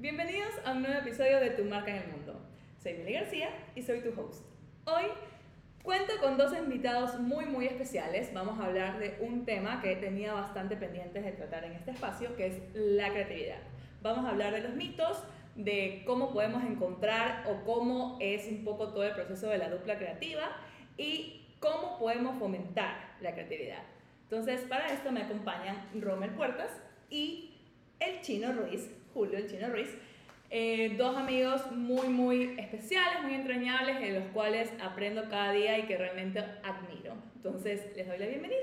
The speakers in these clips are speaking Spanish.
Bienvenidos a un nuevo episodio de Tu Marca en el Mundo. Soy Meli García y soy tu host. Hoy cuento con dos invitados muy especiales. Vamos a hablar de un tema que tenía bastante pendientes de tratar en este espacio, que es la creatividad. Vamos a hablar de los mitos, de cómo podemos encontrar o cómo es un poco todo el proceso de la dupla creativa y cómo podemos fomentar la creatividad. Entonces, para esto me acompañan Rommel Puertas y el Chino Ruiz, Julio el Chino Ruiz, dos amigos muy especiales, muy entrañables, de los cuales aprendo cada día y que realmente admiro. Entonces, les doy la bienvenida.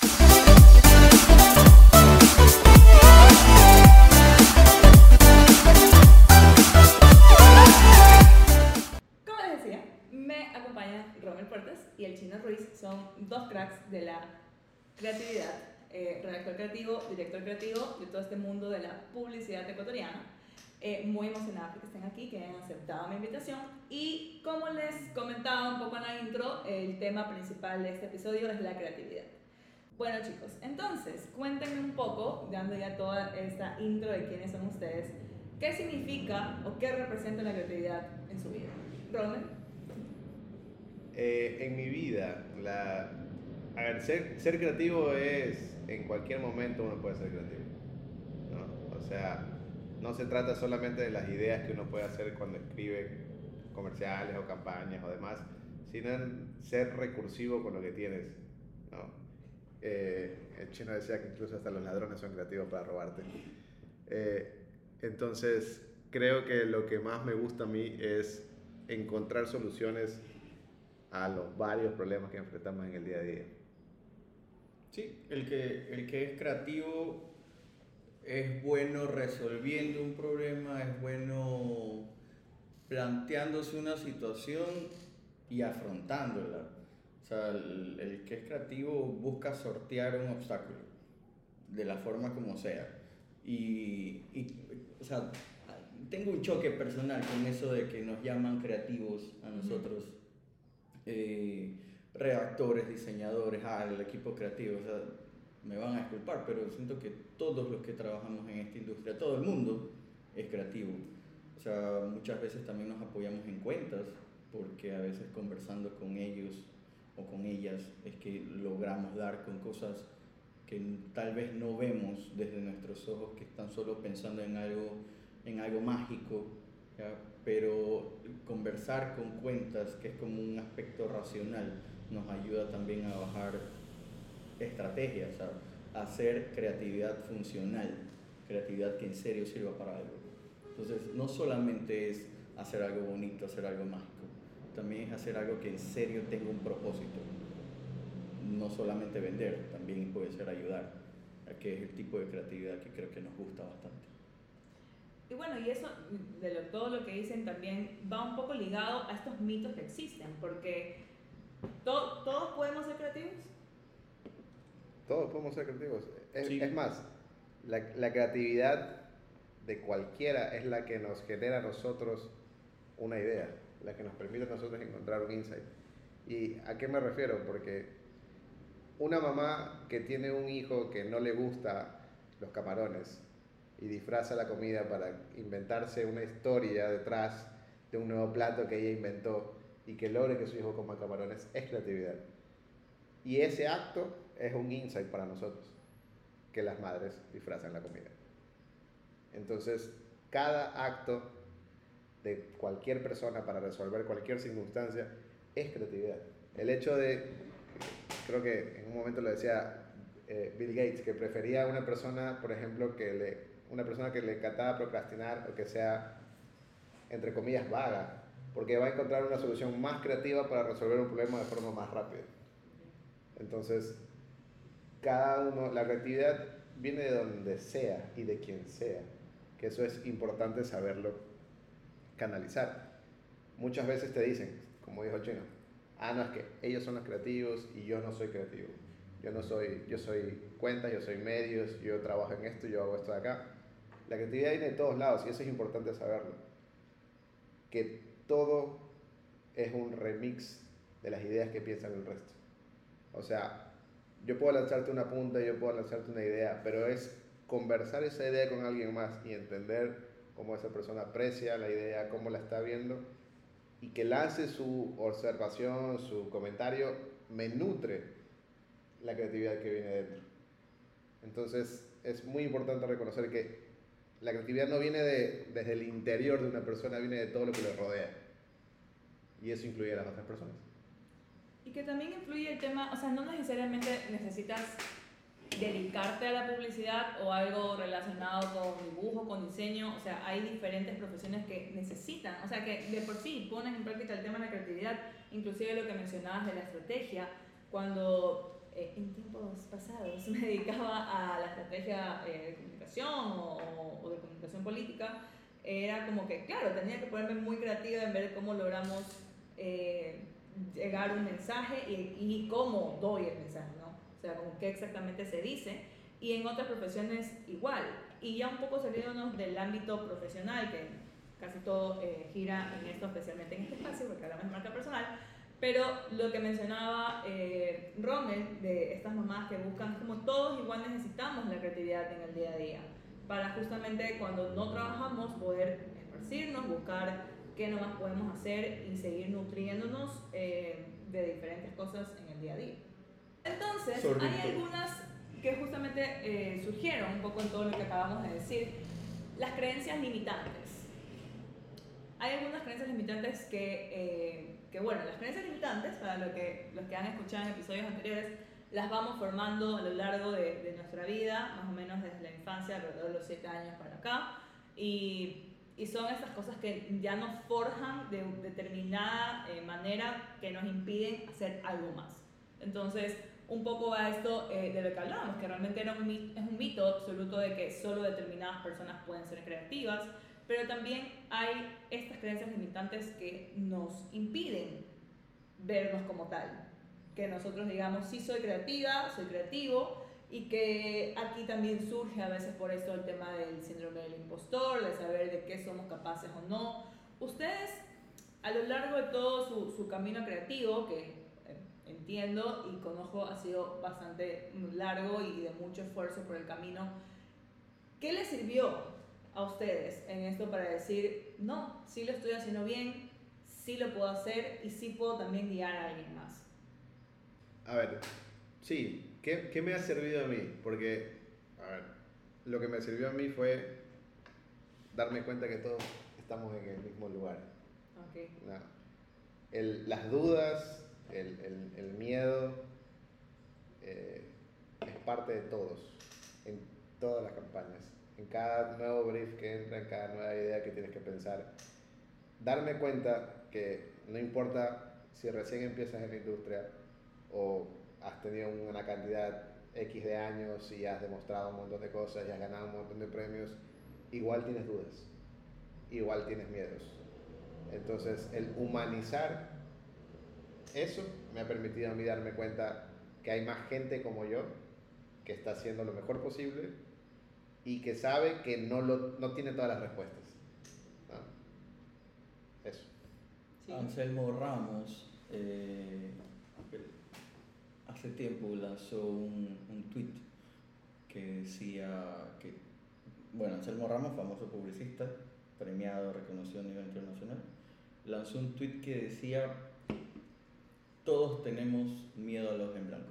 Como les decía, me acompañan Rommel Puertas y el Chino Ruiz. Son dos cracks de la creatividad, redactor creativo, director creativo de todo este mundo de la publicidad ecuatoriana. Muy emocionada porque estén aquí, que hayan aceptado mi invitación. Y como les comentaba un poco en la intro, el tema principal de este episodio es la creatividad. Bueno chicos, entonces cuéntenme un poco, dando ya toda esta intro de quiénes son ustedes, qué significa o qué representa la creatividad en su vida. Rommel. En mi vida, ser creativo es, en cualquier momento uno puede ser creativo, ¿no? O sea, no se trata solamente de las ideas que uno puede hacer cuando escribe comerciales o campañas o demás, sino en ser recursivo con lo que tienes, ¿no? El chino decía que incluso hasta los ladrones son creativos para robarte. Entonces, creo que lo que más me gusta a mí es encontrar soluciones a los varios problemas que enfrentamos en el día a día. Sí, el que es creativo es bueno resolviendo un problema, es bueno planteándose una situación y afrontándola. O sea, el que es creativo busca sortear un obstáculo de la forma como sea. O sea, tengo un choque personal con eso de que nos llaman creativos a nosotros. Redactores, diseñadores, el equipo creativo, o sea, me van a disculpar, pero siento que todos los que trabajamos en esta industria, todo el mundo es creativo. O sea, muchas veces también nos apoyamos en cuentas, porque a veces conversando con ellos o con ellas es que logramos dar con cosas que tal vez no vemos desde nuestros ojos, que están solo pensando en algo mágico, ¿ya? Pero conversar con cuentas, que es como un aspecto racional, nos ayuda también a bajar estrategias, a hacer creatividad funcional, creatividad que en serio sirva para algo. Entonces, no solamente es hacer algo bonito, hacer algo mágico, también es hacer algo que en serio tenga un propósito. No solamente vender, también puede ser ayudar, que es el tipo de creatividad que creo que nos gusta bastante. Y bueno, y eso, todo lo que dicen también va un poco ligado a estos mitos que existen, porque todos podemos ser creativos. Todos podemos ser creativos. Sí. Es más, la creatividad de cualquiera es la que nos genera a nosotros una idea, la que nos permite a nosotros encontrar un insight. ¿Y a qué me refiero? Porque una mamá que tiene un hijo que no le gusta los camarones y disfraza la comida para inventarse una historia detrás de un nuevo plato que ella inventó y que logre que su hijo coma camarones, es creatividad. Y ese acto es un insight para nosotros, que las madres disfrazan la comida. Entonces, cada acto de cualquier persona para resolver cualquier circunstancia es creatividad. El hecho de, creo que en un momento lo decía Bill Gates, que prefería una persona, por ejemplo, una persona que le encantaba procrastinar o que sea, entre comillas, vaga, porque va a encontrar una solución más creativa para resolver un problema de forma más rápida. Entonces, la creatividad viene de donde sea y de quien sea, que eso es importante saberlo canalizar. Muchas veces te dicen, como dijo Chino, no, es que ellos son los creativos y yo no soy creativo. Yo soy cuentas, yo soy medios, yo trabajo en esto, yo hago esto de acá. La creatividad viene de todos lados y eso es importante saberlo. Que todo es un remix de las ideas que piensan el resto. O sea, yo puedo lanzarte una punta, yo puedo lanzarte una idea, pero es conversar esa idea con alguien más y entender cómo esa persona aprecia la idea, cómo la está viendo, y que lance su observación, su comentario, me nutre la creatividad que viene dentro. Entonces es muy importante reconocer que la creatividad no viene desde el interior de una persona, viene de todo lo que le rodea. Y eso incluye a las otras personas. Y que también influye el tema, o sea, no necesariamente necesitas dedicarte a la publicidad o algo relacionado con dibujo, con diseño, o sea, hay diferentes profesiones que necesitan, o sea, que de por sí ponen en práctica el tema de la creatividad, inclusive lo que mencionabas de la estrategia, cuando en tiempos pasados me dedicaba a la estrategia de comunicación o de comunicación política, era como que, claro, tenía que ponerme muy creativa en ver cómo logramos llegar un mensaje y cómo doy el mensaje, ¿no? O sea, como qué exactamente se dice. Y en otras profesiones igual. Y ya un poco saliéndonos del ámbito profesional, que casi todo gira en esto, especialmente en este espacio, porque hablamos de marca personal. Pero lo que mencionaba Rommel, de estas mamás que buscan, como todos igual necesitamos la creatividad en el día a día, para justamente cuando no trabajamos poder esparcirnos, buscar qué nomás podemos hacer y seguir nutriéndonos de diferentes cosas en el día a día. Entonces, hay algunas que justamente surgieron un poco en todo lo que acabamos de decir, las creencias limitantes. Hay algunas creencias limitantes que bueno, las creencias limitantes, para los que han escuchado en episodios anteriores, las vamos formando a lo largo de nuestra vida, más o menos desde la infancia, alrededor de los 7 años para acá, y son estas cosas que ya nos forjan de determinada manera que nos impiden hacer algo más. Entonces, un poco va esto de lo que hablábamos, que realmente es un mito absoluto de que solo determinadas personas pueden ser creativas, pero también hay estas creencias limitantes que nos impiden vernos como tal. Que nosotros digamos, sí soy creativa, soy creativo, y que aquí también surge a veces por eso el tema del síndrome del impostor, de saber de qué somos capaces o no. Ustedes, a lo largo de todo su camino creativo, que entiendo y conozco ha sido bastante largo y de mucho esfuerzo por el camino, ¿qué les sirvió a ustedes en esto para decir, no, sí lo estoy haciendo bien, sí lo puedo hacer y sí puedo también guiar a alguien más? A ver, sí, ¿qué me ha servido a mí? Porque, a ver, lo que me sirvió a mí fue darme cuenta que todos estamos en el mismo lugar. Okay. No. Las dudas, el miedo, es parte de todos, en todas las campañas, en cada nuevo brief que entra, en cada nueva idea que tienes que pensar. Darme cuenta que no importa si recién empiezas en la industria o has tenido una cantidad X de años y has demostrado un montón de cosas y has ganado un montón de premios, igual tienes dudas, igual tienes miedos. Entonces, el humanizar eso me ha permitido a mí darme cuenta que hay más gente como yo que está haciendo lo mejor posible y que sabe que no tiene todas las respuestas, ¿no? Eso. Sí. Anselmo Ramos hace tiempo lanzó un tweet que decía que, bueno, Anselmo Ramos, famoso publicista, premiado, reconocido a nivel internacional, lanzó un tweet que decía: todos tenemos miedo a la hoja en blanco.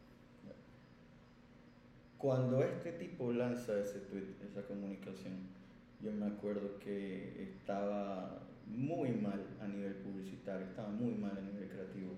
Cuando este tipo lanza ese tweet, esa comunicación, yo me acuerdo que estaba muy mal a nivel publicitario, estaba muy mal a nivel creativo,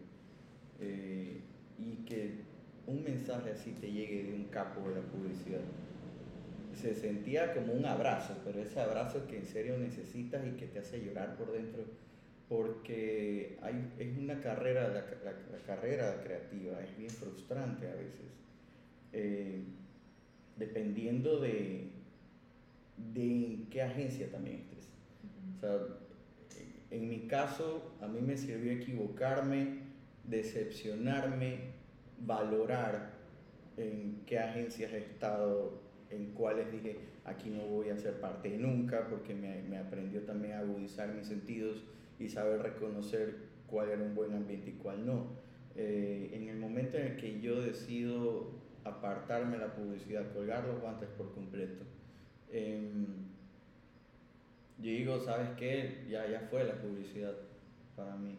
y que un mensaje así te llegue de un capo de la publicidad, se sentía como un abrazo, pero ese abrazo que en serio necesitas y que te hace llorar por dentro, porque es una carrera, la carrera creativa es bien frustrante a veces, dependiendo de en qué agencia también estés. O sea, en mi caso, a mí me sirvió equivocarme, decepcionarme, valorar en qué agencias he estado, en cuáles dije, aquí no voy a ser parte nunca, porque me aprendió también a agudizar mis sentidos y saber reconocer cuál era un buen ambiente y cuál no. En el momento en el que yo decido apartarme de la publicidad, colgar los guantes por completo, Yo digo, ¿sabes qué? Ya fue la publicidad para mí.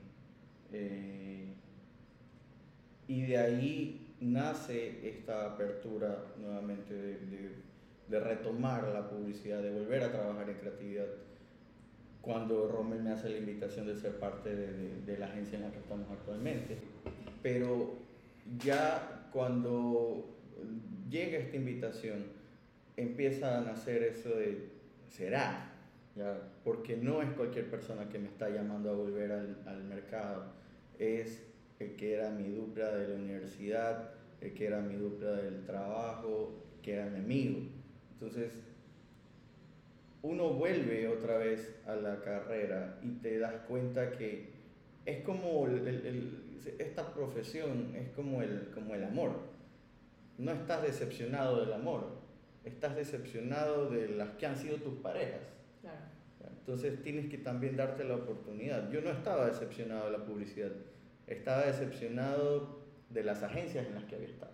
Y de ahí nace esta apertura nuevamente de retomar la publicidad, de volver a trabajar en creatividad. Cuando Rommel me hace la invitación de ser parte de la agencia en la que estamos actualmente. Pero ya cuando llega esta invitación, empieza a nacer eso de, ¿será? ¿Ya? Porque no es cualquier persona que me está llamando a volver al mercado, es el que era mi dupla de la universidad, el que era mi dupla del trabajo, que era mi amigo. Entonces, uno vuelve otra vez a la carrera y te das cuenta que es como esta profesión, es como el amor. No estás decepcionado del amor, estás decepcionado de las que han sido tus parejas. Claro. Entonces tienes que también darte la oportunidad. Yo no estaba decepcionado de la publicidad, estaba decepcionado de las agencias en las que había estado.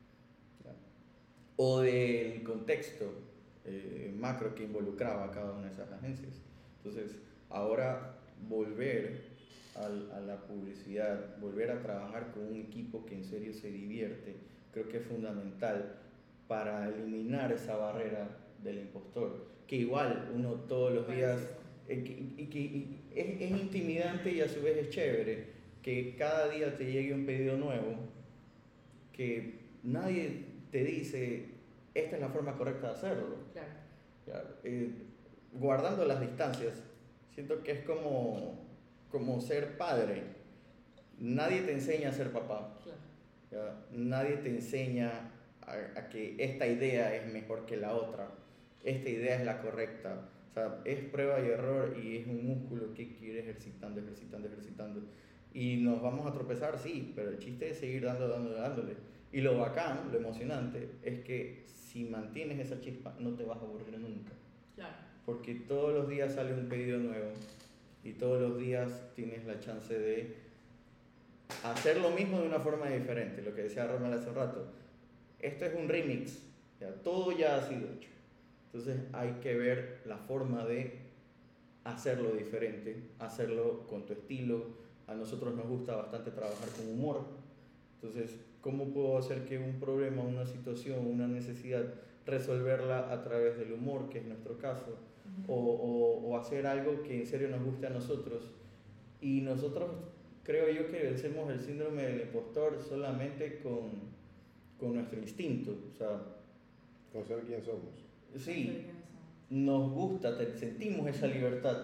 O del contexto macro que involucraba a cada una de esas agencias. Entonces, ahora volver a la publicidad, volver a trabajar con un equipo que en serio se divierte, creo que es fundamental para eliminar esa barrera del impostor, que igual uno todos los días, y es intimidante y a su vez es chévere, que cada día te llegue un pedido nuevo, que nadie te dice, esta es la forma correcta de hacerlo. Claro. ¿Ya? Guardando las distancias, siento que es como ser padre. Nadie te enseña a ser papá. Claro. ¿Ya? Nadie te enseña a que esta idea es mejor que la otra. Esta idea es la correcta. O sea, es prueba y error y es un músculo que hay que ir ejercitando. Y nos vamos a tropezar, sí, pero el chiste es seguir dándole. Y lo bacán, lo emocionante, es que si mantienes esa chispa, no te vas a aburrir nunca. Claro. Porque todos los días sale un pedido nuevo y todos los días tienes la chance de hacer lo mismo de una forma diferente. Lo que decía Rommel hace un rato, esto es un remix, ¿ya? Todo ya ha sido hecho. Entonces hay que ver la forma de hacerlo diferente, hacerlo con tu estilo. A nosotros nos gusta bastante trabajar con humor. Entonces, ¿cómo puedo hacer que un problema, una situación, una necesidad, resolverla a través del humor, que es nuestro caso? O hacer algo que en serio nos guste a nosotros. Y nosotros, creo yo, que vencemos el síndrome del impostor solamente con nuestro instinto. O sea, con ser quién somos. Sí, nos gusta, sentimos esa libertad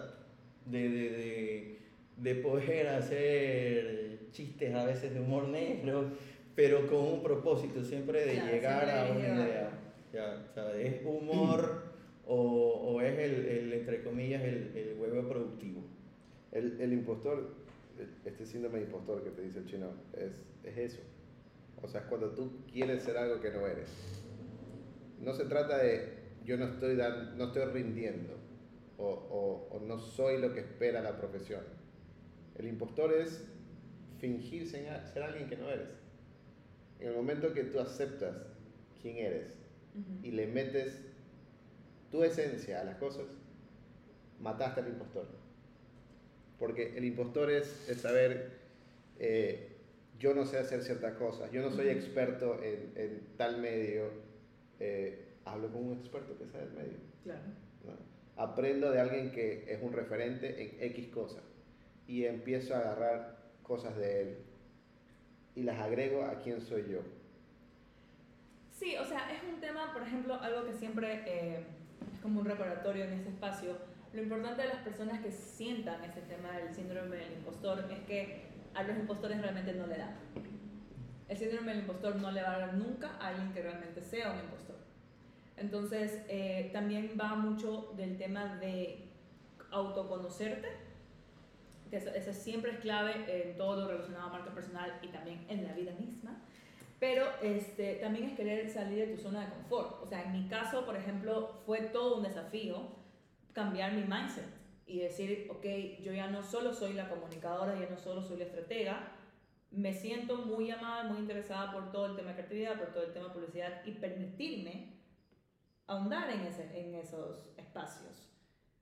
de poder hacer chistes a veces de humor negro, pero con un propósito siempre de llegar a una idea. Ya, o sea, es humor o es entre comillas, el huevo productivo. El impostor, este síndrome de impostor que te dice el chino, es eso. O sea, es cuando tú quieres ser algo que no eres. No se trata de yo no estoy rindiendo o no soy lo que espera la profesión. El impostor es fingir ser alguien que no eres. En el momento que tú aceptas quién eres y le metes tu esencia a las cosas, mataste al impostor. Porque el impostor es saber, yo no sé hacer ciertas cosas, yo no soy experto en tal medio, hablo con un experto que sabe el medio. Claro. ¿No? Aprendo de alguien que es un referente en X cosas y empiezo a agarrar cosas de él y las agrego a quién soy yo. Sí, o sea, es un tema, por ejemplo, algo que siempre es como un recordatorio en este espacio. Lo importante de las personas que sientan ese tema del síndrome del impostor es que a los impostores realmente no le da. El síndrome del impostor no le va a dar nunca a alguien que realmente sea un impostor. Entonces, también va mucho del tema de autoconocerte, que eso siempre es clave en todo lo relacionado a marca personal y también en la vida misma. Pero también es querer salir de tu zona de confort. O sea, en mi caso, por ejemplo, fue todo un desafío cambiar mi mindset y decir, ok, yo ya no solo soy la comunicadora, ya no solo soy la estratega, me siento muy amada, muy interesada por todo el tema de creatividad, por todo el tema de publicidad y permitirme ahondar en esos espacios.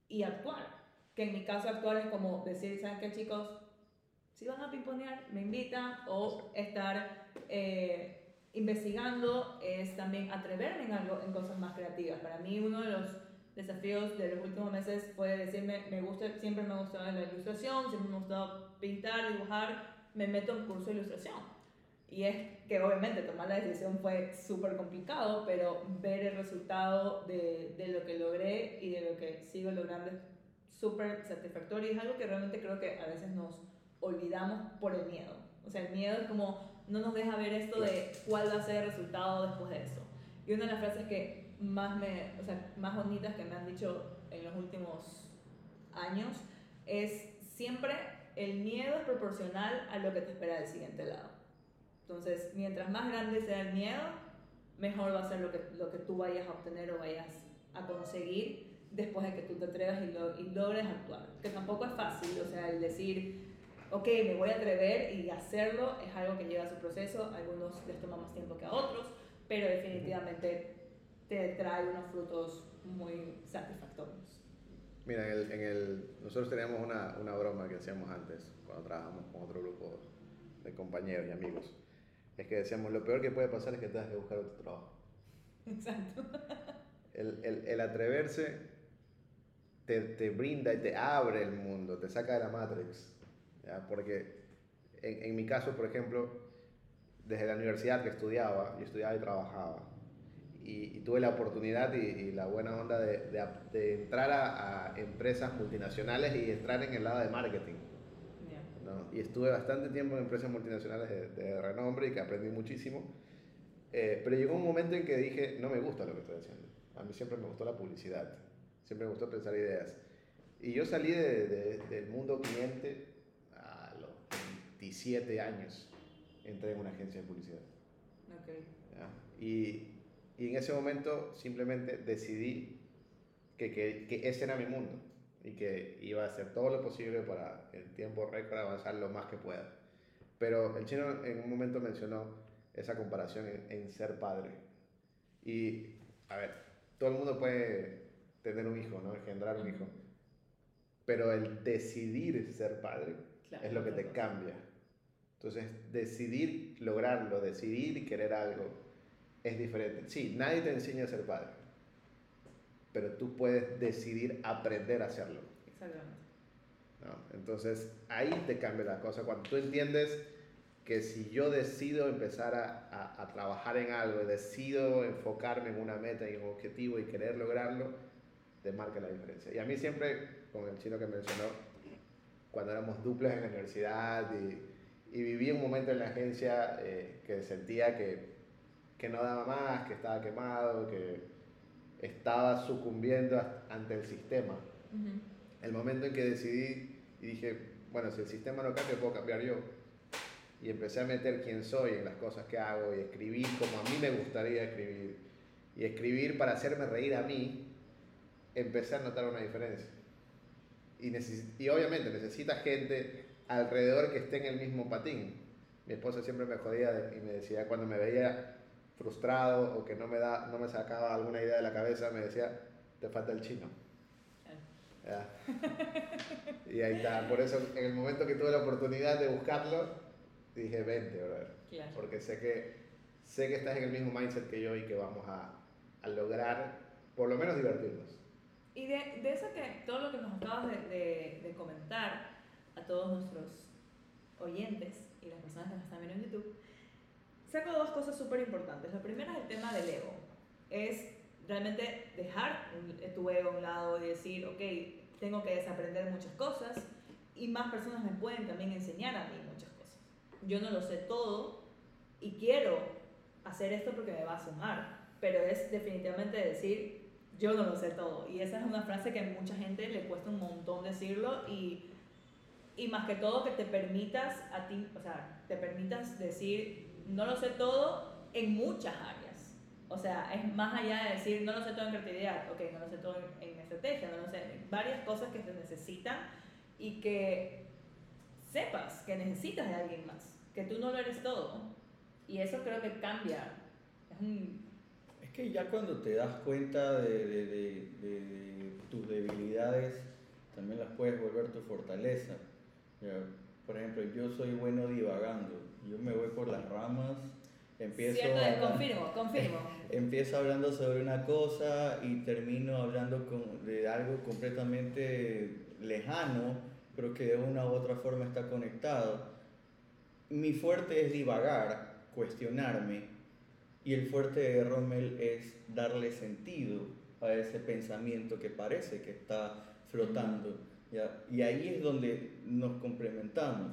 y actuar. Que en mi caso actuar es como decir, ¿saben qué, chicos? Si van a pimponear, me invitan, o estar investigando, es también atreverme en algo, en cosas más creativas. Para mí uno de los desafíos de los últimos meses fue decirme, siempre me ha gustado la ilustración, siempre me ha gustado pintar, dibujar, me meto en curso de ilustración. Y es que obviamente tomar la decisión fue súper complicado, pero ver el resultado de lo que logré y de lo que sigo logrando es súper satisfactorio, y es algo que realmente creo que a veces nos olvidamos por el miedo. O sea, el miedo es como, no nos deja ver esto de cuál va a ser el resultado después de eso. Y una de las frases que más bonitas que me han dicho en los últimos años es siempre el miedo es proporcional a lo que te espera del siguiente lado. Entonces, mientras más grande sea el miedo, mejor va a ser lo que tú vayas a obtener o vayas a conseguir después de que tú te atrevas y logres actuar. Que tampoco es fácil, o sea, el decir, ok, me voy a atrever y hacerlo es algo que lleva su proceso. A algunos les toma más tiempo que a otros, pero definitivamente te trae unos frutos muy satisfactorios. Mira, nosotros teníamos una broma que hacíamos antes, cuando trabajamos con otro grupo de compañeros y amigos. Es que decíamos, lo peor que puede pasar es que tengas que buscar otro trabajo. Exacto. El atreverse te brinda y te abre el mundo, te saca de la Matrix. ¿Ya? Porque en mi caso, por ejemplo, desde la universidad que yo estudiaba y trabajaba. Y tuve la oportunidad y la buena onda de entrar a empresas multinacionales y entrar en el lado de marketing. ¿No? Y estuve bastante tiempo en empresas multinacionales de renombre y que aprendí muchísimo. Pero llegó un momento en que dije, no me gusta lo que estoy haciendo. A mí siempre me gustó la publicidad, siempre me gustó pensar ideas. Y yo salí del mundo cliente a los 27 años. Entré en una agencia de publicidad. Okay. ¿Ya? Y en ese momento simplemente decidí que ese era mi mundo y que iba a hacer todo lo posible para en tiempo récord avanzar lo más que pueda. Pero el chino en un momento mencionó esa comparación en ser padre. Y, a ver, todo el mundo puede tener un hijo, ¿no? Engendrar un hijo. Pero el decidir ser padre, claro, es lo que te cambia. Entonces, decidir lograrlo, decidir querer algo, es diferente. Sí, nadie te enseña a ser padre, pero tú puedes decidir aprender a hacerlo. Exactamente. ¿No? Entonces, ahí te cambia la cosa. Cuando tú entiendes que si yo decido empezar a trabajar en algo, decido enfocarme en una meta y en un objetivo y querer lograrlo, te marca la diferencia. Y a mí siempre, con el chino que mencionó, cuando éramos duples en la universidad y viví un momento en la agencia que sentía que no daba más, que estaba quemado, que estaba sucumbiendo ante el sistema. El momento en que decidí y dije, bueno, si el sistema no cambia, puedo cambiar yo. Y empecé a meter quién soy en las cosas que hago y escribir como a mí me gustaría escribir. Y escribir para hacerme reír a mí, empecé a notar una diferencia. Y obviamente necesitas gente alrededor que esté en el mismo patín. Mi esposa siempre me jodía y me decía, cuando me veía frustrado o que no me sacaba alguna idea de la cabeza, me decía, te falta el chino. ¿Ya? Y ahí está. Por eso, en el momento que tuve la oportunidad de buscarlo, dije, vente, brother. Claro. Porque sé que estás en el mismo mindset que yo y que vamos a lograr, por lo menos, divertirnos. Y de eso todo lo que nos acabas de comentar a todos nuestros oyentes y las personas que nos están viendo en YouTube, saco dos cosas súper importantes. La primera es el tema del ego. Es realmente dejar tu ego a un lado y decir, ok, tengo que desaprender muchas cosas y más personas me pueden también enseñar a mí muchas cosas. Yo no lo sé todo y quiero hacer esto porque me va a sumar, pero es definitivamente decir, yo no lo sé todo. Y esa es una frase que a mucha gente le cuesta un montón decirlo y más que todo que te permitas a ti, o sea, te permitas decir, no lo sé todo en muchas áreas. O sea, es más allá de decir, no lo sé todo en creatividad, ok, no lo sé todo en estrategia, no lo sé, varias cosas que se necesitan y que sepas que necesitas de alguien más, que tú no lo eres todo. Y eso creo que cambia. que ya cuando te das cuenta de tus debilidades, también las puedes volver tu fortaleza. Ya, por ejemplo, yo soy bueno divagando, yo me voy por las ramas, confirmo. Empiezo hablando sobre una cosa y termino hablando de algo completamente lejano, pero que de una u otra forma está conectado. Mi fuerte es divagar, cuestionarme, y el fuerte de Rommel es darle sentido a ese pensamiento que parece que está flotando. ¿Ya? Y ahí es donde nos complementamos.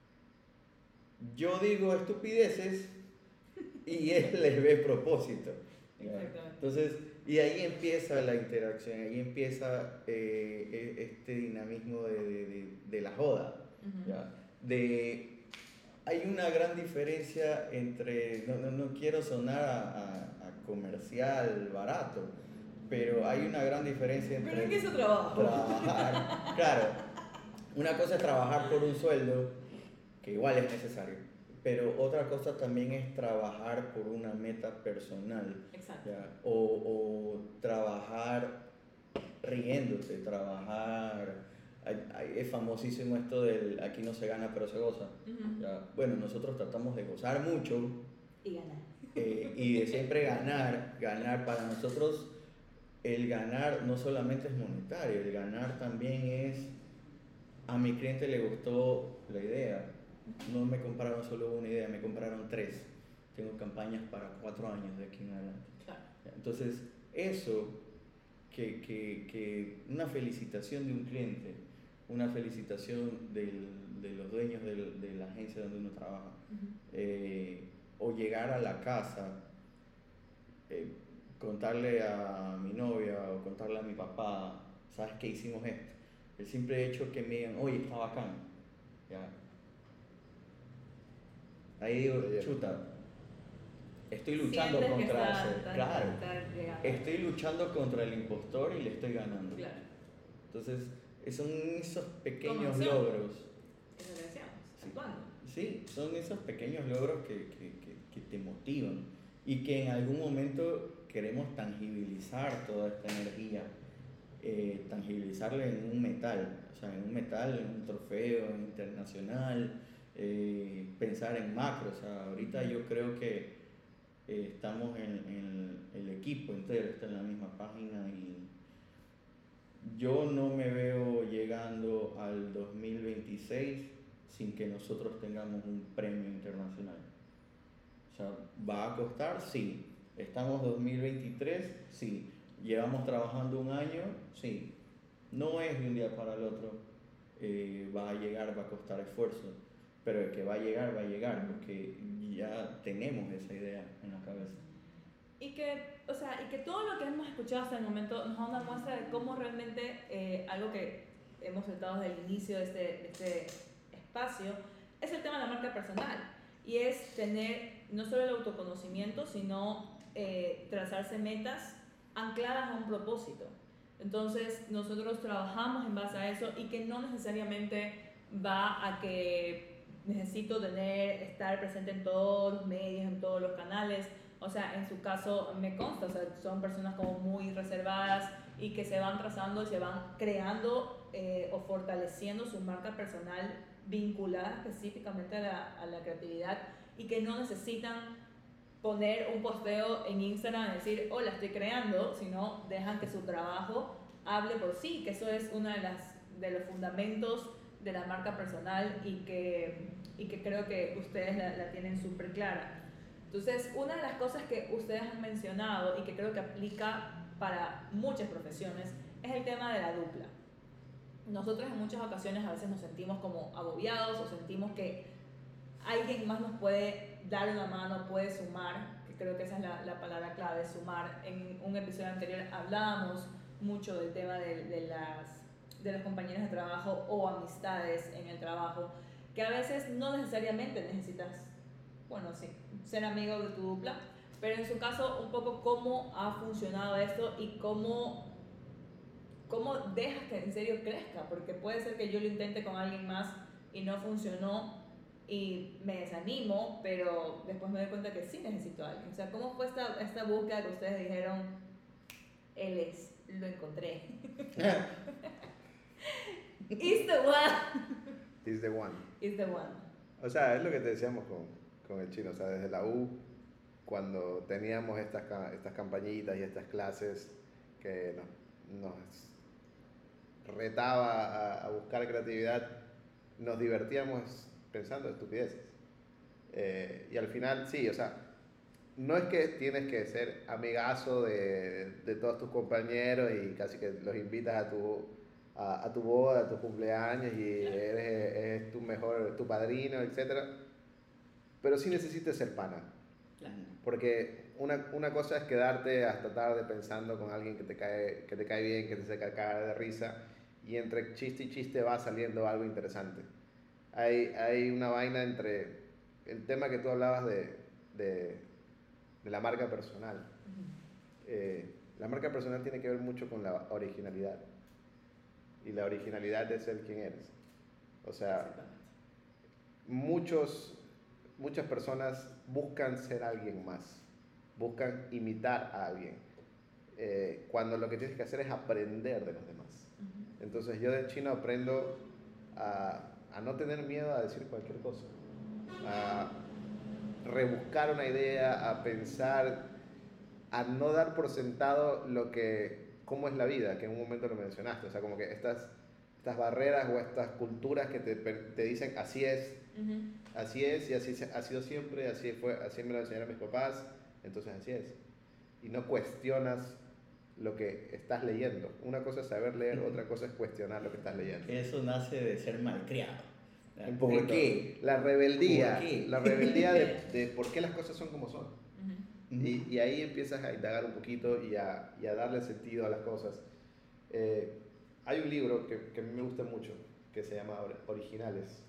Yo digo estupideces y él les ve propósito. Entonces, y ahí empieza la interacción, ahí empieza este dinamismo de la joda. ¿Ya? Hay una gran diferencia entre, no quiero sonar a comercial barato, pero hay una gran diferencia entre... ¿Pero en qué es su trabajo? Trabajar, claro. Una cosa es trabajar por un sueldo, que igual es necesario, pero otra cosa también es trabajar por una meta personal. Exacto. ¿Ya? O trabajar riéndote, trabajar... Es famosísimo esto del aquí no se gana pero se goza. ¿Ya? Bueno, nosotros tratamos de gozar mucho y ganar. Y de siempre ganar para nosotros. El ganar no solamente es monetario, el ganar también es, a mi cliente le gustó la idea, no me compraron solo una idea, me compraron 3, tengo campañas para 4 años de aquí en adelante. Claro. Entonces, eso, que una felicitación de un cliente, una felicitación de los dueños de la agencia donde uno trabaja, o llegar a la casa, contarle a mi novia o contarle a mi papá, ¿sabes qué hicimos esto? El simple hecho que me digan, oye, está bacán. ¿Ya? Ahí digo, chuta, estoy luchando contra ese. Claro, estoy luchando contra el impostor y le estoy ganando. Claro. Entonces, son esos pequeños logros. Eso le decíamos, actuando. Sí, son esos pequeños logros que te motivan y que en algún momento queremos tangibilizar toda esta energía, tangibilizarla en un metal, o sea, en un trofeo internacional, pensar en macro. O sea, ahorita yo creo que estamos en el equipo entero, está en la misma página y yo no me veo llegando al 2026 sin que nosotros tengamos un premio internacional. O sea, ¿va a costar? Sí. ¿Estamos 2023? Sí. ¿Llevamos trabajando un año? Sí. No es de un día para el otro. Va a llegar, va a costar esfuerzo. Pero el que va a llegar, porque ya tenemos esa idea en la cabeza. Y que todo lo que hemos escuchado hasta el momento nos da una muestra de cómo realmente algo que hemos tratado desde el inicio de este espacio es el tema de la marca personal. Y es tener no solo el autoconocimiento, sino trazarse metas ancladas a un propósito. Entonces nosotros trabajamos en base a eso y que no necesariamente va a que necesito estar presente en todos los medios, en todos los canales. O sea, en su caso me consta, o sea, son personas como muy reservadas y que se van trazando y se van creando o fortaleciendo su marca personal vinculada específicamente a la creatividad y que no necesitan poner un posteo en Instagram y decir, hola, estoy creando, sino dejan que su trabajo hable por sí, que eso es uno de los fundamentos de la marca personal y que creo que ustedes la tienen súper clara. Entonces, una de las cosas que ustedes han mencionado y que creo que aplica para muchas profesiones es el tema de la dupla. Nosotros en muchas ocasiones a veces nos sentimos como agobiados o sentimos que alguien más nos puede dar una mano, puede sumar, que creo que esa es la palabra clave, sumar. En un episodio anterior hablábamos mucho del tema de los compañeros de trabajo o amistades en el trabajo, que a veces no necesariamente necesitas, bueno, sí, ser amigo de tu dupla, pero en su caso un poco cómo ha funcionado esto y cómo dejas que en serio crezca, porque puede ser que yo lo intente con alguien más y no funcionó, y me desanimo, pero después me doy cuenta que sí necesito a alguien. O sea, ¿cómo fue esta búsqueda que ustedes dijeron, lo encontré? It's the one. Is the one. It's the one. O sea, es lo que te decíamos con el chino. O sea, desde la U, cuando teníamos estas campañitas y estas clases que nos retaba a buscar creatividad, nos divertíamos pensando estupideces. Y al final, sí, o sea, no es que tienes que ser amigazo de todos tus compañeros y casi que los invitas a tu boda, a tu cumpleaños y eres tu padrino, etc. Pero sí necesitas ser pana. Porque una cosa es quedarte hasta tarde pensando con alguien que te cae bien, que te saca cara de risa, y entre chiste y chiste va saliendo algo interesante. Hay una vaina entre el tema que tú hablabas de la marca personal. La marca personal tiene que ver mucho con la originalidad. Y la originalidad es ser quien eres. O sea, muchas personas buscan ser alguien más. Buscan imitar a alguien. Cuando lo que tienes que hacer es aprender de los demás. Entonces yo del chino aprendo a no tener miedo a decir cualquier cosa. A rebuscar una idea, a pensar, a no dar por sentado cómo es la vida, que en un momento lo mencionaste. O sea, como que estas barreras o estas culturas que te dicen así es, así es y así ha sido siempre, así me lo enseñaron mis papás, entonces así es. Y no cuestionas lo que estás leyendo. Una cosa es saber leer, otra cosa es cuestionar lo que estás leyendo. Eso nace de ser malcriado. ¿Por qué? La rebeldía. ¿Por qué? La rebeldía de por qué las cosas son como son. Y ahí empiezas a indagar un poquito y a darle sentido a las cosas. Hay un libro que a mí me gusta mucho, que se llama Originales,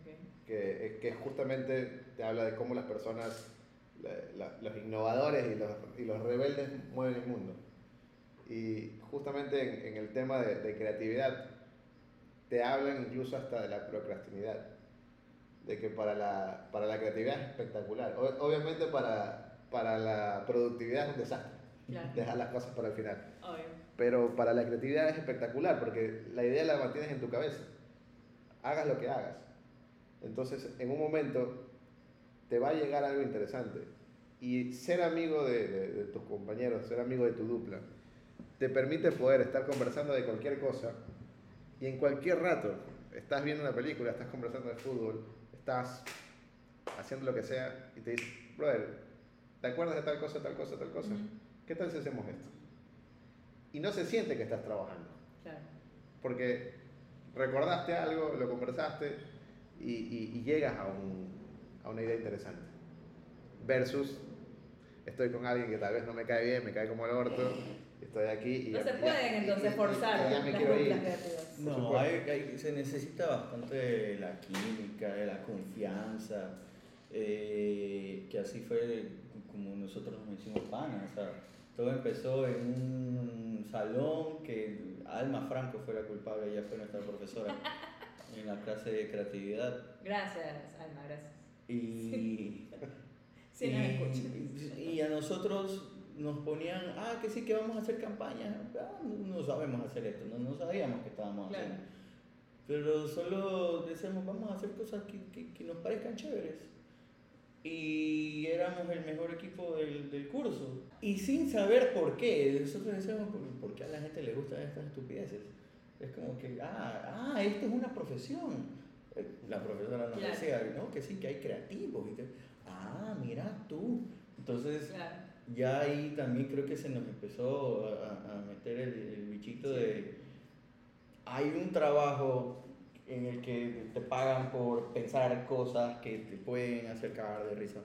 que justamente te habla de cómo las personas, los innovadores y los rebeldes mueven el mundo. Y justamente en el tema de creatividad, te hablan incluso hasta de la procrastinidad, de que para la creatividad es espectacular. Obviamente para la productividad es un desastre, claro. Dejar las cosas para el final. Obvio. Pero para la creatividad es espectacular, porque la idea la mantienes en tu cabeza, hagas lo que hagas. Entonces, en un momento, te va a llegar algo interesante. Y ser amigo de tus compañeros, ser amigo de tu dupla, te permite poder estar conversando de cualquier cosa, y en cualquier rato, estás viendo una película, estás conversando de fútbol, estás haciendo lo que sea, y te dices, brother, ¿te acuerdas de tal cosa, tal cosa, tal cosa? ¿Qué tal si hacemos esto? Y no se siente que estás trabajando. Claro. Porque recordaste algo, lo conversaste y llegas a una idea interesante. Versus, estoy con alguien que tal vez no me cae bien, me cae como el orto, estoy aquí y no se pueden entonces forzar ya me las quiero ir. creativas. No, se necesita bastante la química, la confianza, que así fue como nosotros nos hicimos panas. O sea, todo empezó en un salón que Alma Franco fue la culpable, ella fue nuestra profesora en la clase de creatividad. Gracias, Alma, gracias. Y, sí, nos escuchan. y a nosotros nos ponían, que sí, que vamos a hacer campañas. No sabemos hacer esto, no sabíamos que estábamos haciendo. Pero solo decíamos, vamos a hacer cosas que nos parezcan chéveres. Y éramos el mejor equipo del curso. Y sin saber por qué, nosotros decíamos, ¿por qué a la gente le gustan estas estupideces? Es como que, esto es una profesión. La profesora nos decía, ¿no? Que sí, que hay creativos. Y mira tú. Entonces, ya ahí también creo que se nos empezó a meter el bichito de... Hay un trabajo en el que te pagan por pensar cosas que te pueden hacer cagar de risa,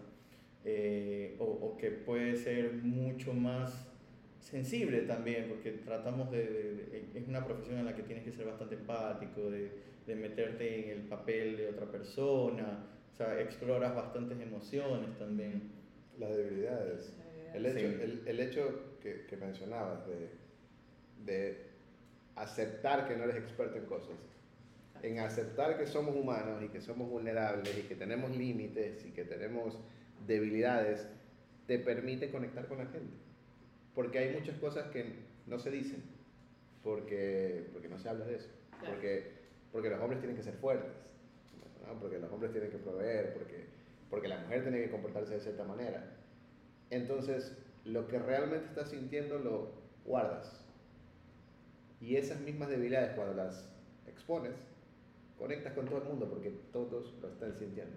o que puede ser mucho más sensible también, porque tratamos es una profesión en la que tienes que ser bastante empático, de meterte en el papel de otra persona, o sea, exploras bastantes emociones también. Las debilidades. El hecho que mencionabas de aceptar que no eres experto en cosas. en aceptar que somos humanos y que somos vulnerables y que tenemos límites y que tenemos debilidades, te permite conectar con la gente. Porque hay muchas cosas que no se dicen, porque no se habla de eso. Claro. Porque los hombres tienen que ser fuertes, ¿no? Porque los hombres tienen que proveer, porque la mujer tiene que comportarse de cierta manera. Entonces, lo que realmente estás sintiendo lo guardas. Y esas mismas debilidades, cuando las expones, conectas con todo el mundo porque todos lo están sintiendo.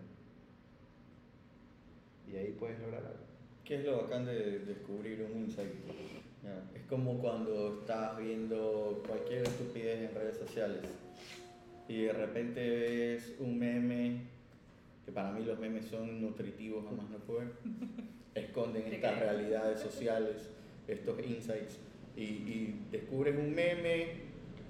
Y ahí puedes lograr algo. ¿Qué es lo bacán de descubrir un insight? Ya, es como cuando estás viendo cualquier estupidez en redes sociales y de repente ves un meme, que para mí los memes son nutritivos a más no poder, esconden estas realidades sociales, estos insights, y descubres un meme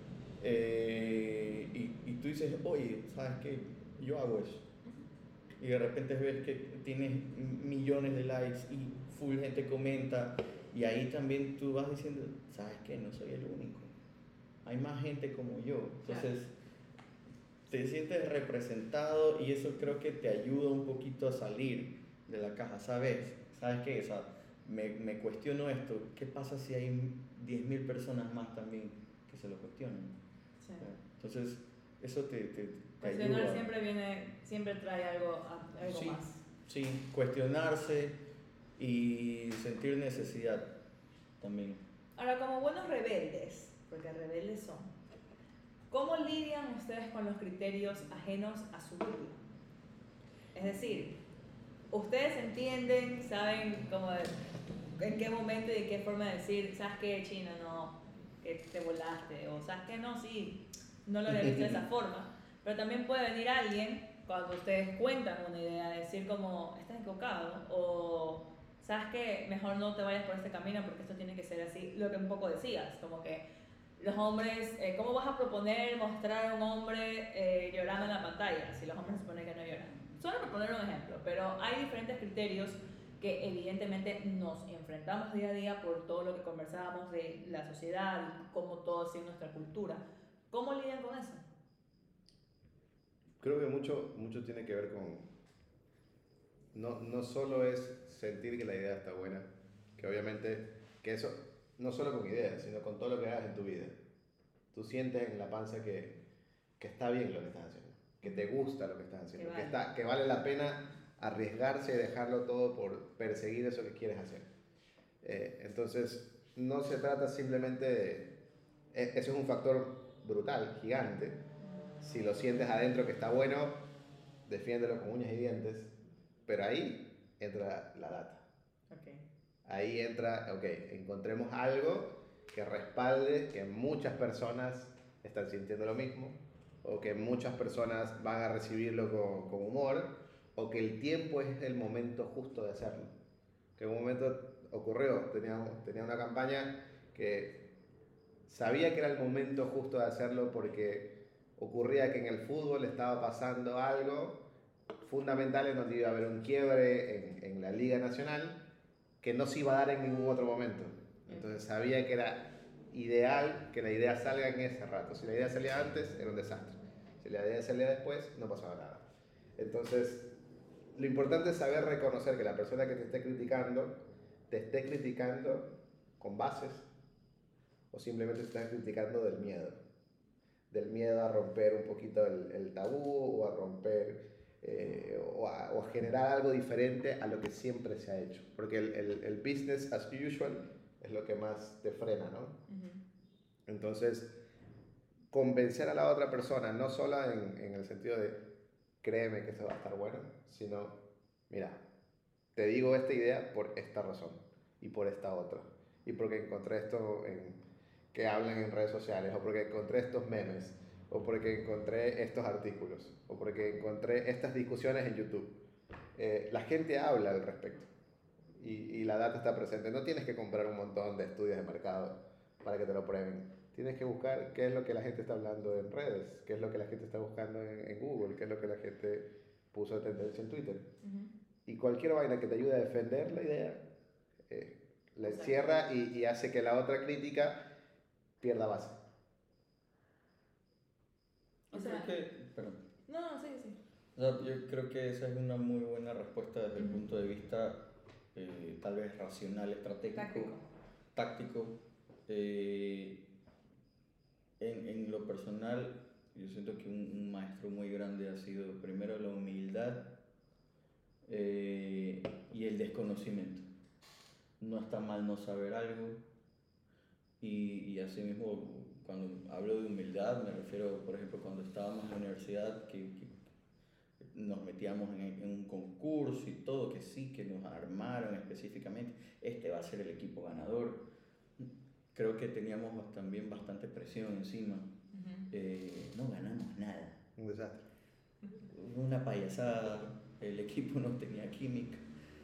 y tú dices, oye, ¿sabes qué? Yo hago eso. Y de repente ves que tienes millones de likes y full gente comenta, y ahí también tú vas diciendo, ¿sabes qué? No soy el único. Hay más gente como yo. Entonces, te sientes representado y eso creo que te ayuda un poquito a salir de la caja. ¿Sabes qué? O sea, me cuestiono esto. ¿Qué pasa si hay 10.000 personas más también que se lo cuestionan? Sí. Entonces, eso te Cuestionar ayuda. siempre trae algo Sí, más. sí, cuestionarse y sentir necesidad también. Ahora, como buenos rebeldes, porque rebeldes son, ¿cómo lidian ustedes con los criterios ajenos a su cultura? Es decir, ustedes entienden, saben cómo en qué momento y de qué forma decir, ¿sabes qué, chino? No, que te volaste, o ¿sabes qué? No, sí, no lo había visto de esa forma. Pero también puede venir alguien, cuando ustedes cuentan una idea, decir como, estás equivocado, o ¿sabes qué? Mejor no te vayas por este camino porque esto tiene que ser así. Lo que un poco decías, como que los hombres, ¿cómo vas a proponer mostrar a un hombre llorando en la pantalla si los hombres se suponen que no lloran? Solo por poner un ejemplo, pero hay diferentes criterios que evidentemente nos enfrentamos día a día por todo lo que conversábamos de la sociedad y cómo todo así en nuestra cultura. ¿Cómo lidian con eso? Creo que mucho tiene que ver con... No solo es sentir que la idea está buena, que obviamente, que eso, no solo con ideas, sino con todo lo que hagas en tu vida. Tú sientes en la panza que está bien lo que estás haciendo, que te gusta lo que estás haciendo, que vale la pena arriesgarse y dejarlo todo por perseguir eso que quieres hacer. Entonces, no se trata simplemente de... Eso es un factor brutal, gigante. Si lo sientes adentro que está bueno, defiéndelo con uñas y dientes, pero ahí entra la data. Okay. Ahí entra, ok, encontremos algo que respalde que muchas personas están sintiendo lo mismo, o que muchas personas van a recibirlo con humor, o que el tiempo es el momento justo de hacerlo. Que en un momento ocurrió, tenía una campaña que sabía que era el momento justo de hacerlo porque ocurría que en el fútbol estaba pasando algo fundamental en donde iba a haber un quiebre en la Liga Nacional que no se iba a dar en ningún otro momento. Entonces sabía que era ideal que la idea salga en ese rato. Si la idea salía antes, era un desastre. Si la idea salía después, no pasaba nada. Entonces, lo importante es saber reconocer que la persona que te esté criticando con bases, o simplemente te está criticando del miedo a romper un poquito el tabú, o a romper o a generar algo diferente a lo que siempre se ha hecho, porque el business as usual es lo que más te frena, ¿no? Entonces, convencer a la otra persona, no solo en el sentido de créeme que esto va a estar bueno, sino mira, te digo esta idea por esta razón y por esta otra, y porque encontré esto que hablan en redes sociales, o porque encontré estos memes, o porque encontré estos artículos, o porque encontré estas discusiones en YouTube. La gente habla al respecto y la data está presente. No tienes que comprar un montón de estudios de mercado para que te lo prueben. Tienes que buscar qué es lo que la gente está hablando en redes, qué es lo que la gente está buscando en Google, qué es lo que la gente puso de tendencia en Twitter. Y cualquier vaina que te ayude a defender la idea, la encierra y hace que la otra crítica pierda base. O sea, perdón. no, sí, sí. O sea, yo creo que esa es una muy buena respuesta desde el Ujú. punto de vista tal vez racional, estratégico, táctico. Eh, en lo personal, yo siento que un maestro muy grande ha sido primero la humildad y el desconocimiento. No está mal no saber algo y así mismo cuando hablo de humildad me refiero, por ejemplo, cuando estábamos en la universidad que nos metíamos en un concurso y todo, que sí, que nos armaron específicamente, este va a ser el equipo ganador. Creo que teníamos también bastante presión encima. No ganamos nada. Un desastre. Una payasada, el equipo no tenía química,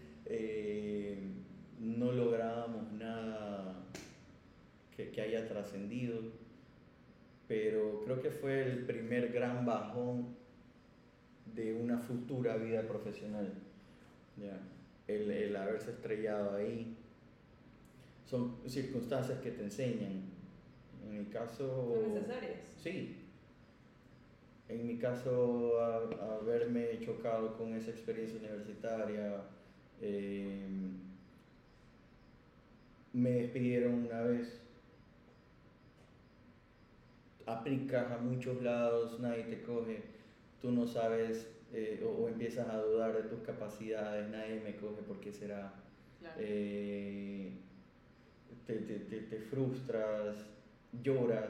no lográbamos nada que haya trascendido, pero creo que fue el primer gran bajón de una futura vida profesional. ¿Ya? El haberse estrellado ahí. Son circunstancias que te enseñan. En mi caso... Son necesarias. Sí. En mi caso, haberme chocado con esa experiencia universitaria, me despidieron una vez, aplicas a muchos lados, nadie te coge, tú no sabes o empiezas a dudar de tus capacidades, nadie me coge, ¿por qué será? Claro. Te frustras, lloras,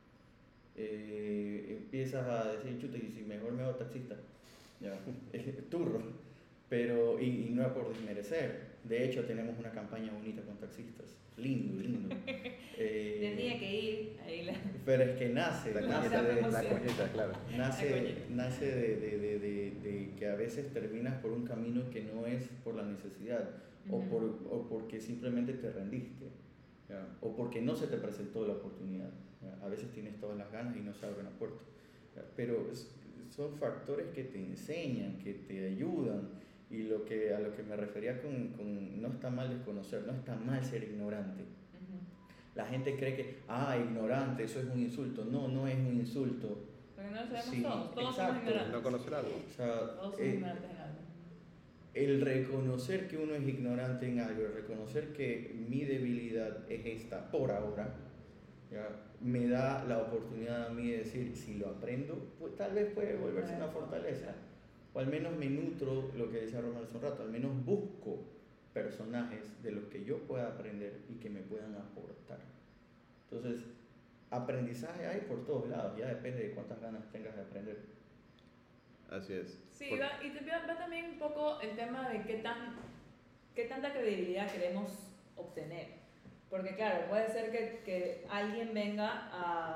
empiezas a decir, chute, y si mejor me hago taxista, ya, turro, pero, y no es por desmerecer, de hecho tenemos una campaña bonita con taxistas, lindo, lindo. Tenía que ir ahí Pero es que nace, La nace coñita, de, la coñita, claro. nace de que a veces terminas por un camino que no es por la necesidad, o porque simplemente te rendiste, ¿ya? O porque no se te presentó la oportunidad. ¿Ya? A veces tienes todas las ganas y no se abre una puerta, ¿ya? Pero son factores que te enseñan, que te ayudan, y a lo que me refería con no está mal desconocer, no está mal ser ignorante. La gente cree que, ignorante, eso es un insulto. No, no es un insulto. Porque no lo sabemos Sí, todos somos exacto. ignorantes. No conocer algo. O sea, Todos somos ignorantes en algo. el reconocer que uno es ignorante en algo, el reconocer que mi debilidad es esta por ahora, ¿ya? Me da la oportunidad a mí de decir, si lo aprendo, pues tal vez puede volverse una fortaleza. O al menos me nutro, lo que decía Román hace un rato, al menos busco personajes de los que yo pueda aprender y que me puedan aportar. Entonces, aprendizaje hay por todos lados, ya depende de cuántas ganas tengas de aprender. Así es. Sí, va también un poco el tema de qué tanta credibilidad queremos obtener. Porque claro, puede ser que alguien venga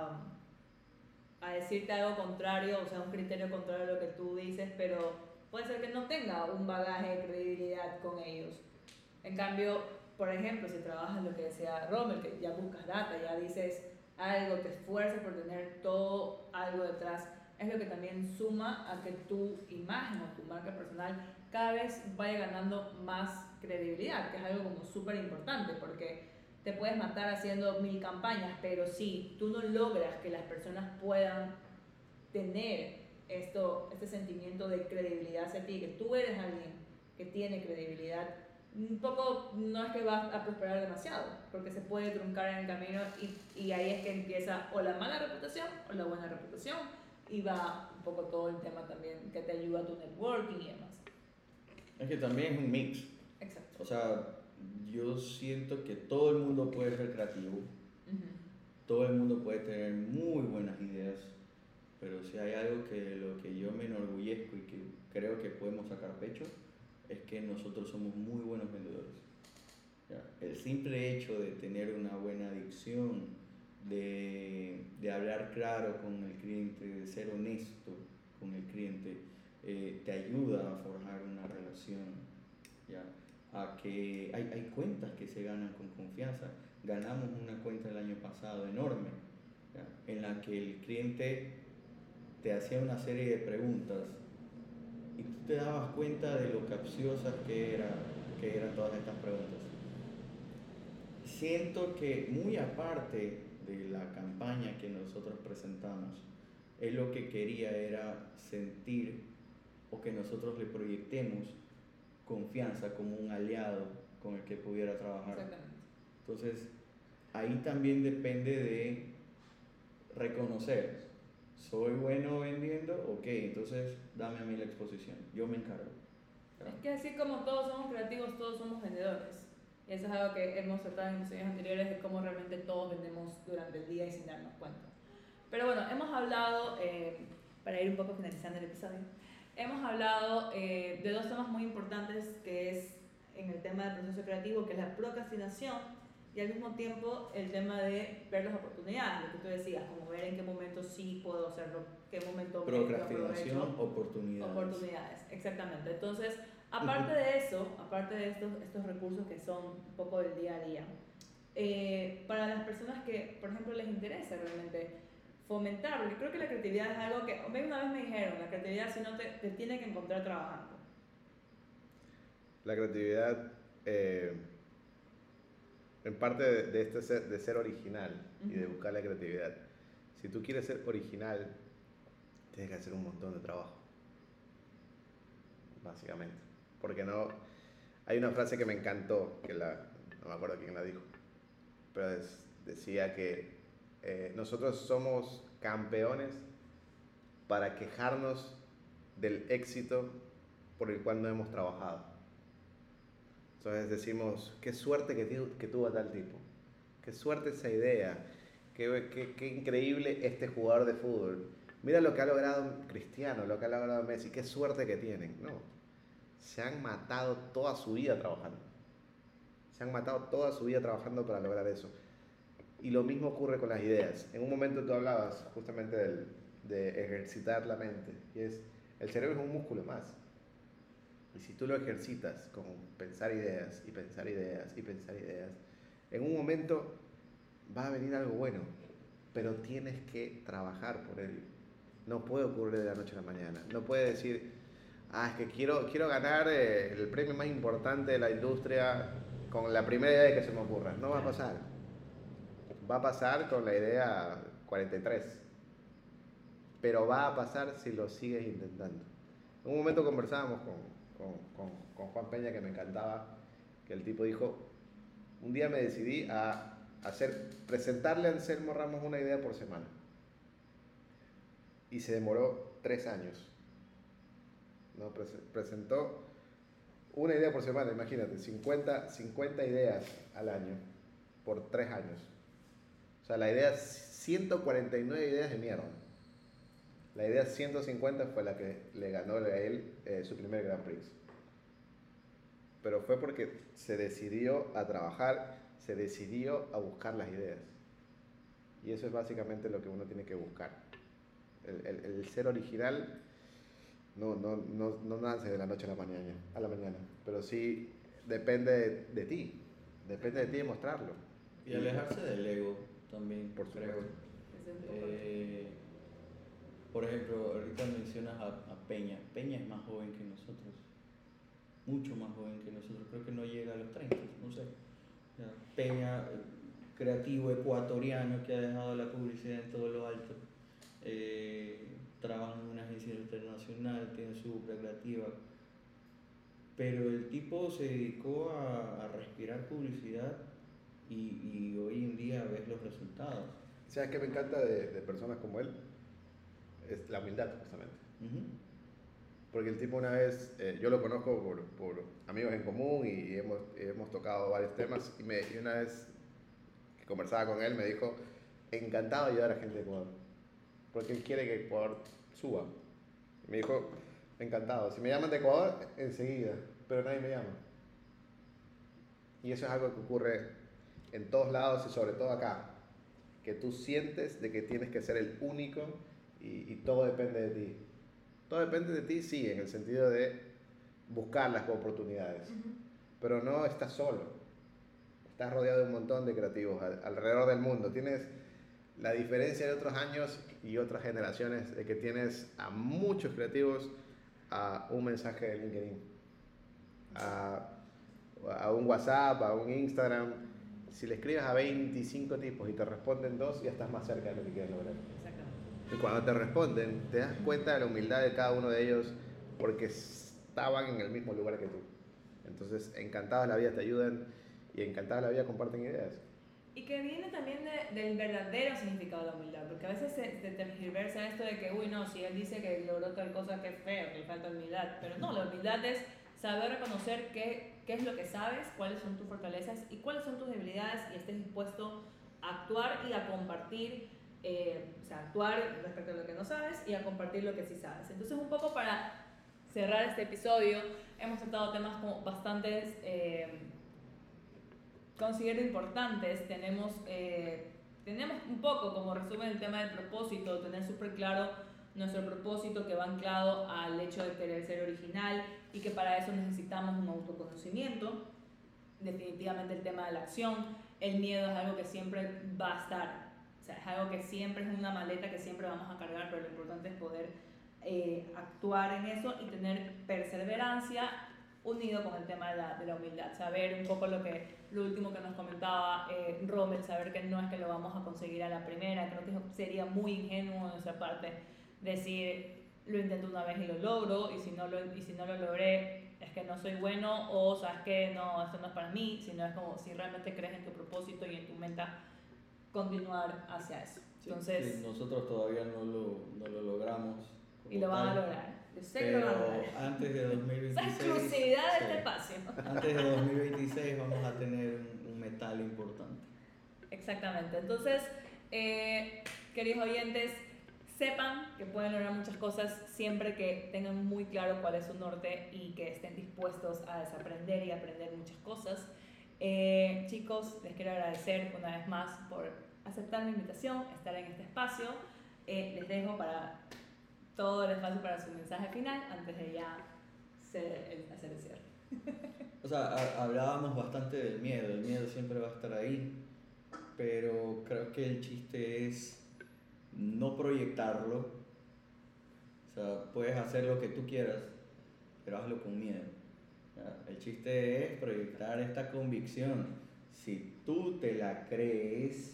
a decirte algo contrario, o sea, un criterio contrario a lo que tú dices, pero puede ser que no tenga un bagaje de credibilidad con ellos. En cambio, por ejemplo, si trabajas en lo que decía Rommel, que ya buscas data, ya dices algo, te esfuerzas por tener todo algo detrás, es lo que también suma a que tu imagen o tu marca personal cada vez vaya ganando más credibilidad, que es algo como súper importante, porque te puedes matar haciendo 1000 campañas, pero si tú no logras que las personas puedan tener este sentimiento de credibilidad hacia ti, que tú eres alguien que tiene credibilidad, un poco no es que vas a prosperar demasiado, porque se puede truncar en el camino y ahí es que empieza o la mala reputación o la buena reputación, y va un poco todo el tema también que te ayuda a tu networking y demás. Es que también es un mix. Exacto. O sea, yo siento que todo el mundo puede ser creativo, todo el mundo puede tener muy buenas ideas, pero si hay algo que lo que yo me enorgullezco y que creo que podemos sacar pecho, es que nosotros somos muy buenos vendedores. ¿Ya? El simple hecho de tener una buena dicción, de hablar claro con el cliente, de ser honesto con el cliente, te ayuda a forjar una relación. ¿Ya? A que hay cuentas que se ganan con confianza. Ganamos una cuenta el año pasado enorme, ¿ya? En la que el cliente te hacía una serie de preguntas y tú te dabas cuenta de lo capciosas que eran todas estas preguntas. Siento que muy aparte de la campaña que nosotros presentamos, Él lo que quería era sentir o que nosotros le proyectemos confianza como un aliado con el que pudiera trabajar. Exactamente. Entonces, ahí también depende de reconocer, soy bueno vendiendo, ok, entonces dame a mí la exposición, yo me encargo. Es que así como todos somos creativos, todos somos vendedores. Y eso es algo que hemos tratado en episodios anteriores de cómo realmente todos vendemos durante el día y sin darnos cuenta. Pero bueno, hemos hablado, para ir un poco finalizando el episodio, hemos hablado de dos temas muy importantes que es en el tema del proceso creativo, que es la procrastinación y al mismo tiempo el tema de ver las oportunidades, lo que tú decías, como ver en qué momento sí puedo hacerlo, qué momento Procrastinación, me aprovecho. Oportunidades, exactamente. Entonces, aparte de eso, aparte de estos recursos que son un poco del día a día, para las personas que, por ejemplo, les interesa realmente fomentar, porque creo que la creatividad es algo que, una vez me dijeron, la creatividad si no te tiene que encontrar trabajando. La creatividad, en parte de ser original y de buscar la creatividad. Si tú quieres ser original, tienes que hacer un montón de trabajo, básicamente. Porque no, hay una frase que me encantó, no me acuerdo quién la dijo, pero decía que nosotros somos campeones para quejarnos del éxito por el cual no hemos trabajado. Entonces decimos, qué suerte que tuvo tal tipo, qué suerte esa idea, qué increíble este jugador de fútbol. Mira lo que ha logrado Cristiano, lo que ha logrado Messi, qué suerte que tienen. No, se han matado toda su vida trabajando. Se han matado toda su vida trabajando para lograr eso. Y lo mismo ocurre con las ideas. En un momento tú hablabas justamente de ejercitar la mente. Y el cerebro es un músculo más. Y si tú lo ejercitas con pensar ideas y pensar ideas y pensar ideas, en un momento va a venir algo bueno, pero tienes que trabajar por ello. No puede ocurrir de la noche a la mañana. No puede decir, es que quiero ganar el premio más importante de la industria con la primera idea que se me ocurra. No va a pasar. Va a pasar con la idea 43. Pero va a pasar si lo sigues intentando. En un momento conversábamos con Juan Peña, que me encantaba, que el tipo dijo, un día me decidí a presentarle a Anselmo Ramos una idea por semana. Y se demoró 3 años. ¿No? Presentó una idea por semana, imagínate, 50 ideas al año por 3 años. O sea, la idea, 149 ideas de mierda. La idea 150 fue la que le ganó a él su primer Grand Prix. Pero fue porque se decidió a trabajar, se decidió a buscar las ideas. Y eso es básicamente lo que uno tiene que buscar. El ser original no nace de la noche a la mañana, pero sí depende de ti. Depende de ti demostrarlo. Y alejarse del ego también, por creo. Supuesto. Por ejemplo, ahorita mencionas a Peña. Peña es más joven que nosotros. Mucho más joven que nosotros. Creo que no llega a los 30, no sé. Peña, creativo ecuatoriano que ha dejado la publicidad en todo lo alto. Trabaja en una agencia internacional, tiene su obra creativa. Pero el tipo se dedicó a respirar publicidad y hoy en día ves los resultados. ¿Sabes qué me encanta de personas como él? Es la humildad, justamente. Porque el tipo una vez, yo lo conozco por amigos en común y hemos tocado varios temas, y una vez que conversaba con él me dijo, encantado de ayudar a gente de Ecuador, porque él quiere que Ecuador suba. Y me dijo, encantado, si me llaman de Ecuador, enseguida, pero nadie me llama. Y eso es algo que ocurre en todos lados y sobre todo acá, que tú sientes de que tienes que ser el único y todo depende de ti. Todo depende de ti, sí, en el sentido de buscar las oportunidades. Pero no estás solo. Estás rodeado de un montón de creativos alrededor del mundo. Tienes la diferencia de otros años y otras generaciones de que tienes a muchos creativos a un mensaje de LinkedIn, a un WhatsApp, a un Instagram. Si le escribes a 25 tipos y te responden 2, ya estás más cerca de lo que quieres lograr. Exactamente. Y cuando te responden, te das cuenta de la humildad de cada uno de ellos porque estaban en el mismo lugar que tú. Entonces, encantados de la vida te ayudan y encantados de la vida comparten ideas. Y que viene también del verdadero significado de la humildad, porque a veces se tergiversa esto de que, uy, no, si él dice que logró tal cosa, que feo, que le falta humildad. Pero no, la humildad es saber reconocer qué es lo que sabes, cuáles son tus fortalezas y cuáles son tus debilidades, y estés dispuesto a actuar y a compartir, o sea, actuar respecto a lo que no sabes y a compartir lo que sí sabes. Entonces, un poco para cerrar este episodio, hemos tratado temas como bastantes, considero importantes. Tenemos un poco como resumen el tema del propósito, tener súper claro nuestro propósito, que va anclado al hecho de querer ser original y que para eso necesitamos un autoconocimiento. Definitivamente el tema de la acción, el miedo es algo que siempre va a estar, o sea, es algo que siempre es una maleta que siempre vamos a cargar, pero lo importante es poder actuar en eso y tener perseverancia unido con el tema de la humildad, saber un poco lo último que nos comentaba Rommel, saber que no es que lo vamos a conseguir a la primera. Creo que sería muy ingenuo de nuestra parte decir lo intento una vez y lo logro, y si no lo logré es que no soy bueno, o sabes que no, esto no es para mí, sino es como si realmente crees en tu propósito y en tu meta, continuar hacia eso. Entonces, sí, nosotros todavía no lo logramos. Y lo van a lograr. Yo sé que lo van a lograr. Antes de 2026. Esa exclusividad de este espacio. Antes de 2026 vamos a tener un metal importante. Exactamente. Entonces, queridos oyentes, sepan que pueden lograr muchas cosas siempre que tengan muy claro cuál es su norte y que estén dispuestos a desaprender y aprender muchas cosas. Chicos, les quiero agradecer una vez más por aceptar mi invitación, estar en este espacio. Les dejo todo el espacio para su mensaje final antes de ya hacer el cierre. O sea, hablábamos bastante del miedo. El miedo siempre va a estar ahí, pero creo que el chiste es no proyectarlo. O sea, puedes hacer lo que tú quieras, pero hazlo con miedo. El chiste es proyectar esta convicción. Si tú te la crees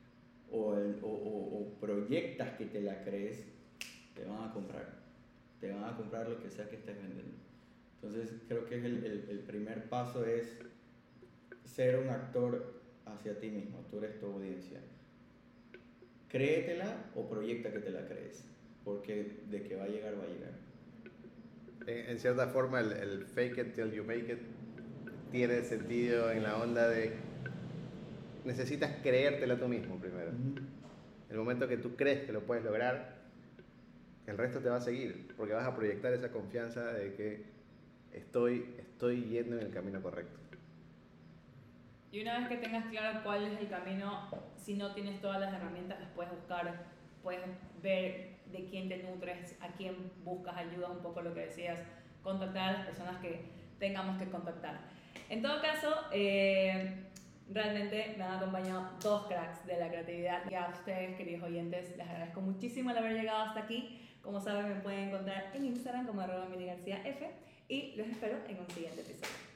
o proyectas que te la crees, te van a comprar. Te van a comprar lo que sea que estés vendiendo. Entonces creo que el primer paso es ser un actor hacia ti mismo. Tú eres tu audiencia. Créetela o proyecta que te la crees, porque de que va a llegar, va a llegar. En cierta forma, el fake it till you make it tiene sentido en la onda de necesitas creértela tú mismo primero. El momento que tú crees que lo puedes lograr, el resto te va a seguir, porque vas a proyectar esa confianza de que estoy yendo en el camino correcto. Y una vez que tengas claro cuál es el camino, si no tienes todas las herramientas, las puedes buscar, puedes ver de quién te nutres, a quién buscas ayuda, un poco lo que decías, contactar a las personas que tengamos que contactar. En todo caso, realmente me han acompañado dos cracks de la creatividad, y a ustedes, queridos oyentes, les agradezco muchísimo el haber llegado hasta aquí. Como saben, me pueden encontrar en Instagram como @miligarciaf, y los espero en un siguiente episodio.